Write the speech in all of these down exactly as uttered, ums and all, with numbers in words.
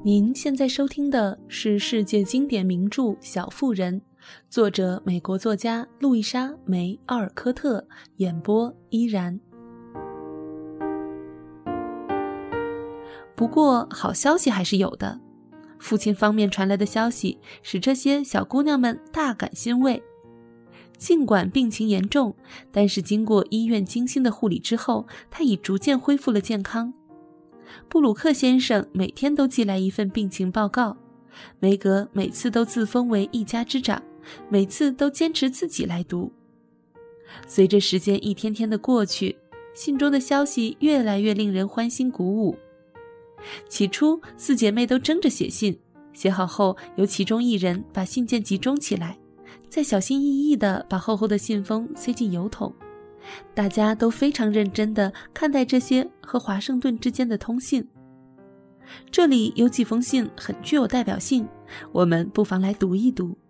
您现在收听的是世界经典名著《小妇人》，作者美国作家路易莎·梅·奥尔科特，演播依然。不过好消息还是有的，父亲方面传来的消息使这些小姑娘们大感欣慰。尽管病情严重，但是经过医院精心的护理之后，她已逐渐恢复了健康。布鲁克先生每天都寄来一份病情报告，梅格每次都自封为一家之长，每次都坚持自己来读。随着时间一天天的过去，信中的消息越来越令人欢欣鼓舞。起初四姐妹都争着写信，写好后由其中一人把信件集中起来，再小心翼翼地把厚厚的信封塞进邮筒。大家都非常认真地看待这些和华盛顿之间的通信。这里有几封信很具有代表性，我们不妨来读一读。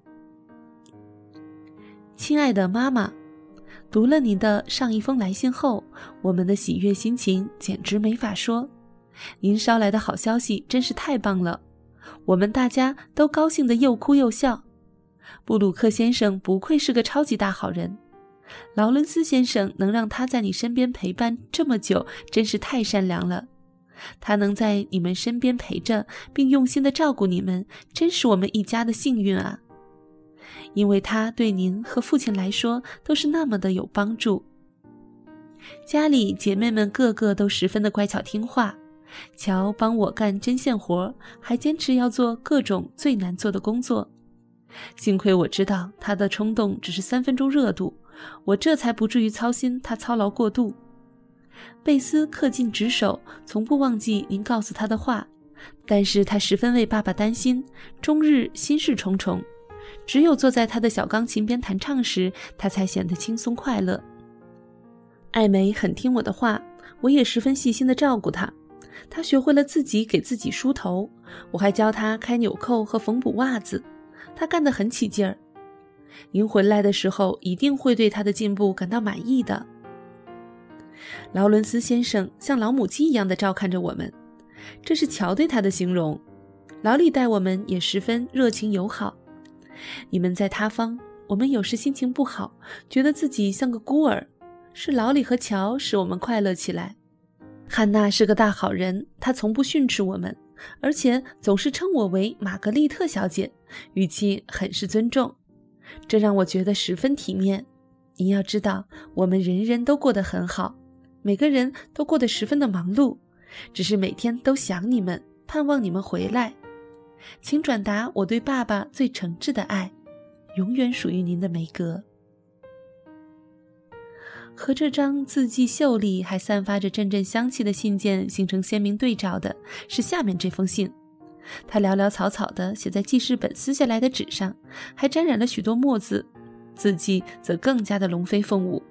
亲爱的妈妈，读了您的上一封来信后，我们的喜悦心情简直没法说。您捎来的好消息真是太棒了，我们大家都高兴得又哭又笑。布鲁克先生不愧是个超级大好人，劳伦斯先生能让他在你身边陪伴这么久，真是太善良了。他能在你们身边陪着，并用心地照顾你们，真是我们一家的幸运啊！因为他对您和父亲来说都是那么的有帮助。家里姐妹们个个都十分的乖巧听话，乔帮我干针线活，还坚持要做各种最难做的工作。幸亏我知道他的冲动只是三分钟热度，我这才不至于操心他操劳过度。贝斯恪尽职守，从不忘记您告诉他的话，但是他十分为爸爸担心，终日心事重重。只有坐在他的小钢琴边弹唱时，他才显得轻松快乐。艾梅很听我的话，我也十分细心地照顾她。她学会了自己给自己梳头，我还教她开纽扣和缝补袜子，她干得很起劲儿。您回来的时候一定会对她的进步感到满意的。劳伦斯先生像老母鸡一样地照看着我们，这是乔对他的形容。劳里待我们也十分热情友好。你们在他方，我们有时心情不好，觉得自己像个孤儿，是劳里和乔使我们快乐起来。汉娜是个大好人，她从不训斥我们，而且总是称我为玛格丽特小姐，语气很是尊重，这让我觉得十分体面。你要知道，我们人人都过得很好，每个人都过得十分的忙碌，只是每天都想你们，盼望你们回来。请转达我对爸爸最诚挚的爱，永远属于您的梅格。和这张字迹秀丽还散发着阵阵香气的信件形成鲜明对照的是下面这封信，它潦潦草草地写在记事本撕下来的纸上，还沾染了许多墨字，字迹则更加的龙飞凤舞。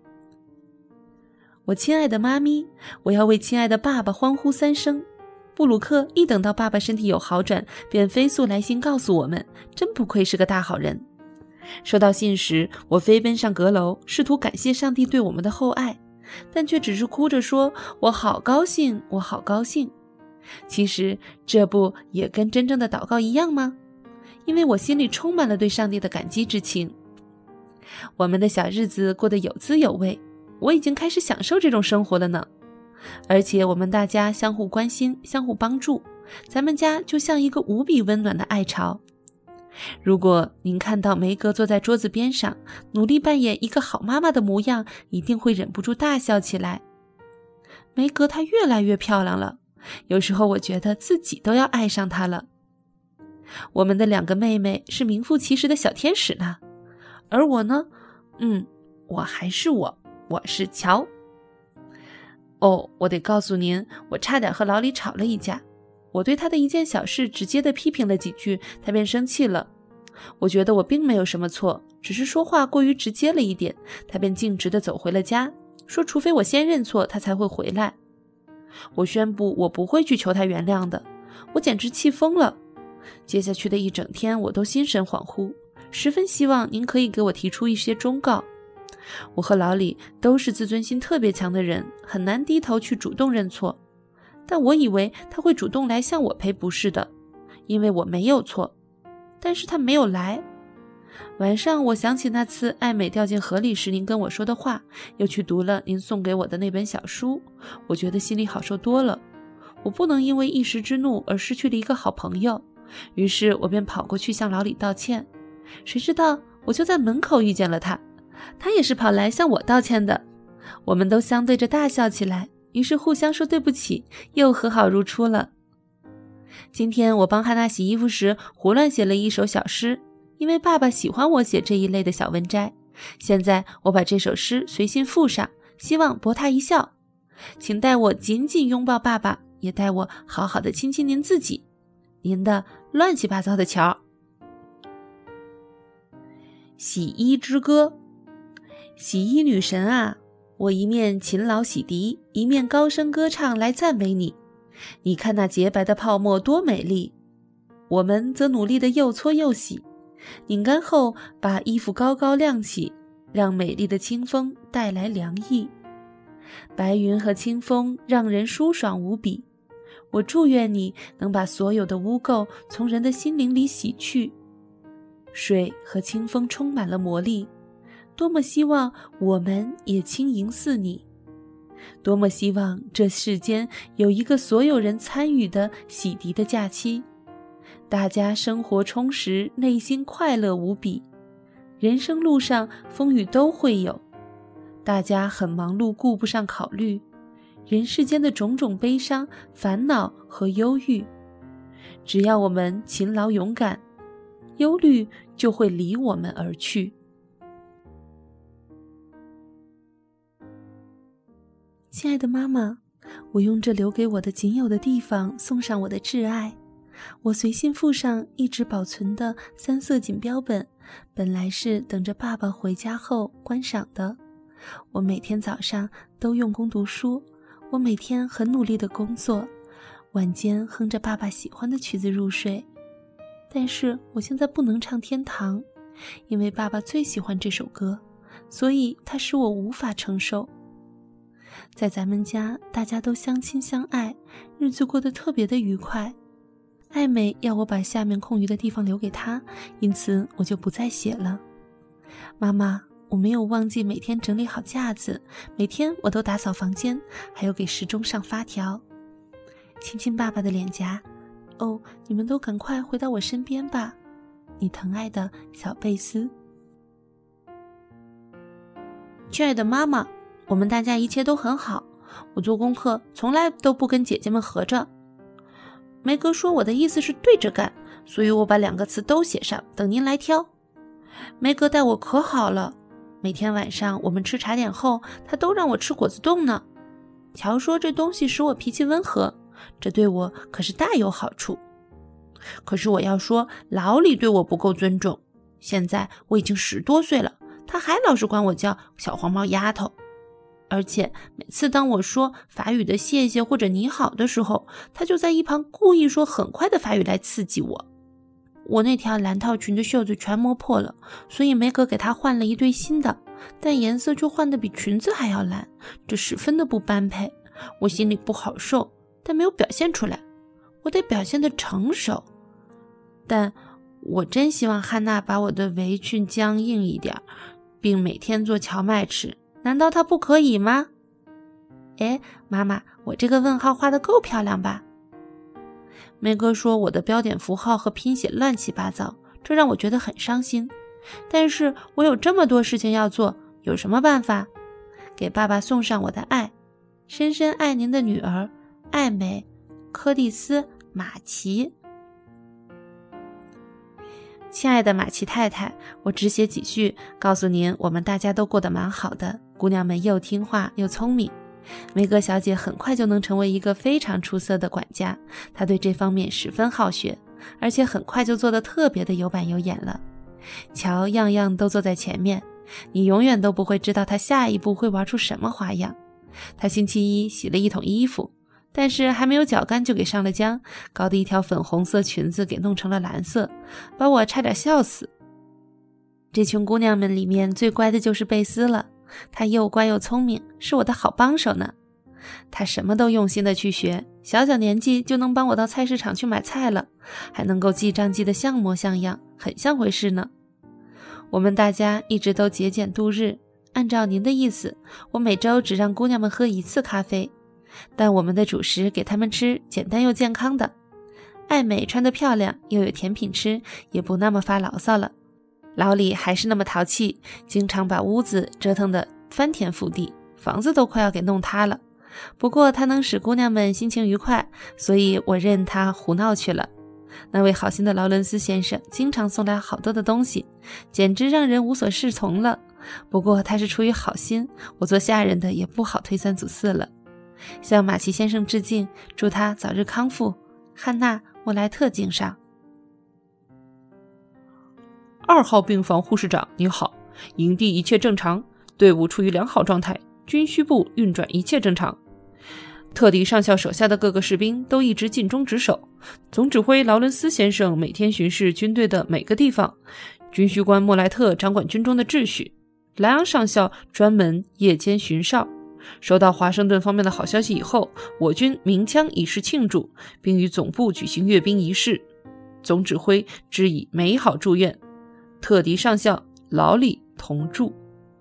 我亲爱的妈咪，我要为亲爱的爸爸欢呼三声。布鲁克一等到爸爸身体有好转，便飞速来信告诉我们，真不愧是个大好人。收到信时，我飞奔上阁楼，试图感谢上帝对我们的厚爱，但却只是哭着说，我好高兴，我好高兴。其实这不也跟真正的祷告一样吗？因为我心里充满了对上帝的感激之情。我们的小日子过得有滋有味，我已经开始享受这种生活了呢。而且我们大家相互关心，相互帮助，咱们家就像一个无比温暖的爱巢。如果您看到梅格坐在桌子边上，努力扮演一个好妈妈的模样，一定会忍不住大笑起来。梅格她越来越漂亮了，有时候我觉得自己都要爱上她了。我们的两个妹妹是名副其实的小天使呢，而我呢，嗯，我还是我，我是乔。哦，我得告诉您，我差点和老李吵了一架。我对他的一件小事直接地批评了几句，他便生气了。我觉得我并没有什么错，只是说话过于直接了一点，他便径直地走回了家，说除非我先认错，他才会回来。我宣布我不会去求他原谅的，我简直气疯了。接下去的一整天我都心神恍惚，十分希望您可以给我提出一些忠告。我和老李都是自尊心特别强的人，很难低头去主动认错。 但我以为他会主动来向我赔不是的，因为我没有错。但是他没有来。晚上我想起那次艾美掉进河里时您跟我说的话，又去读了您送给我的那本小书，我觉得心里好受多了。我不能因为一时之怒而失去了一个好朋友，于是我便跑过去向老李道歉。谁知道我就在门口遇见了他，他也是跑来向我道歉的。我们都相对着大笑起来，于是互相说对不起，又和好如初了。今天我帮汉娜洗衣服时胡乱写了一首小诗，因为爸爸喜欢我写这一类的小文摘。现在我把这首诗随信附上，希望博他一笑。请代我紧紧拥抱爸爸，也代我好好的亲亲您自己。您的乱七八糟的乔。洗衣之歌。洗衣女神啊，我一面勤劳洗涤，一面高声歌唱来赞美你。你看那洁白的泡沫多美丽，我们则努力地又搓又洗，拧干后把衣服高高晾起，让美丽的清风带来凉意。白云和清风让人舒爽无比，我祝愿你能把所有的污垢从人的心灵里洗去。水和清风充满了魔力，多么希望我们也轻盈似你，多么希望这世间有一个所有人参与的洗涤的假期，大家生活充实，内心快乐无比。人生路上风雨都会有，大家很忙碌，顾不上考虑人世间的种种悲伤、烦恼和忧郁。只要我们勤劳勇敢，忧虑就会离我们而去。亲爱的妈妈，我用这留给我的仅有的地方送上我的挚爱。我随信附上一直保存的三色锦标本，本来是等着爸爸回家后观赏的。我每天早上都用功读书，我每天很努力的工作，晚间哼着爸爸喜欢的曲子入睡。但是我现在不能唱天堂，因为爸爸最喜欢这首歌，所以它使我无法承受。在咱们家大家都相亲相爱，日子过得特别的愉快。艾美要我把下面空余的地方留给她，因此我就不再写了。妈妈，我没有忘记每天整理好架子，每天我都打扫房间，还有给时钟上发条。亲亲爸爸的脸颊。哦，你们都赶快回到我身边吧，你疼爱的小贝斯。亲爱的妈妈，我们大家一切都很好，我做功课从来都不跟姐姐们合着。梅格说我的意思是对着干，所以我把两个词都写上，等您来挑。梅格待我可好了，每天晚上我们吃茶点后，她都让我吃果子冻呢。乔说这东西使我脾气温和，这对我可是大有好处。可是我要说，老李对我不够尊重。现在我已经十多岁了，他还老是管我叫小黄毛丫头。而且每次当我说法语的谢谢或者你好的时候，他就在一旁故意说很快的法语来刺激我。我那条蓝套裙的袖子全磨破了，所以梅格给他换了一对新的，但颜色却换得比裙子还要蓝，这十分的不般配。我心里不好受，但没有表现出来，我得表现得成熟。但我真希望汉娜把我的围裙僵硬一点，并每天做荞麦吃，难道她不可以吗？诶，妈妈，我这个问号画得够漂亮吧？梅哥说我的标点符号和拼写乱七八糟，这让我觉得很伤心。但是我有这么多事情要做，有什么办法？给爸爸送上我的爱，深深爱您的女儿艾美·柯蒂斯·马奇。亲爱的马奇太太，我只写几句告诉您，我们大家都过得蛮好的，姑娘们又听话又聪明。梅格小姐很快就能成为一个非常出色的管家，她对这方面十分好学，而且很快就做得特别的有板有眼了。乔样样都坐在前面，你永远都不会知道她下一步会玩出什么花样。她星期一洗了一桶衣服，但是还没有搅干就给上了浆，搞得一条粉红色裙子给弄成了蓝色，把我差点笑死。这群姑娘们里面最乖的就是贝斯了，她又乖又聪明，是我的好帮手呢。 他什么都用心的去学，小小年纪就能帮我到菜市场去买菜了，还能够记账记得像模像样，很像回事呢。我们大家一直都节俭度日，按照您的意思，我每周只让姑娘们喝一次咖啡，但我们的主食给她们吃简单又健康的。爱美穿得漂亮，又有甜品吃，也不那么发牢骚了。老李还是那么淘气，经常把屋子折腾得翻天覆地，房子都快要给弄塌了。不过他能使姑娘们心情愉快，所以我任他胡闹去了。那位好心的劳伦斯先生经常送来好多的东西，简直让人无所适从了。不过他是出于好心，我做下人的也不好推三阻四了。向马奇先生致敬，祝他早日康复。汉娜·莫莱特敬上。 二号病房护士长你好，营地一切正常，队伍处于良好状态，军需部运转一切正常。特迪上校手下的各个士兵都一直尽忠职守，总指挥劳伦斯先生每天巡视军队的每个地方，军需官莫莱特掌管军中的秩序，莱昂上校专门夜间巡哨。收到华盛顿方面的好消息以后，我军鸣枪以示庆祝，并于总部举行阅兵仪式。总指挥致以美好祝愿。特迪上校、劳里同祝。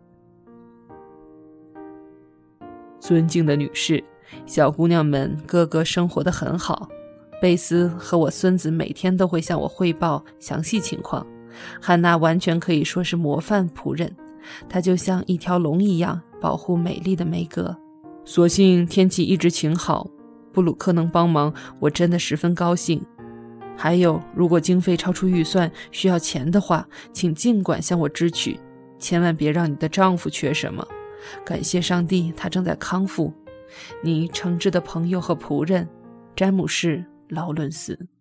尊敬的女士，小姑娘们个个生活得很好。贝斯和我孙子每天都会向我汇报详细情况。汉娜完全可以说是模范仆人，她就像一条龙一样保护美丽的梅格。所幸天气一直晴好，布鲁克能帮忙，我真的十分高兴。还有，如果经费超出预算需要钱的话，请尽管向我支取，千万别让你的丈夫缺什么。感谢上帝，他正在康复。你诚挚的朋友和仆人，詹姆士·劳伦斯。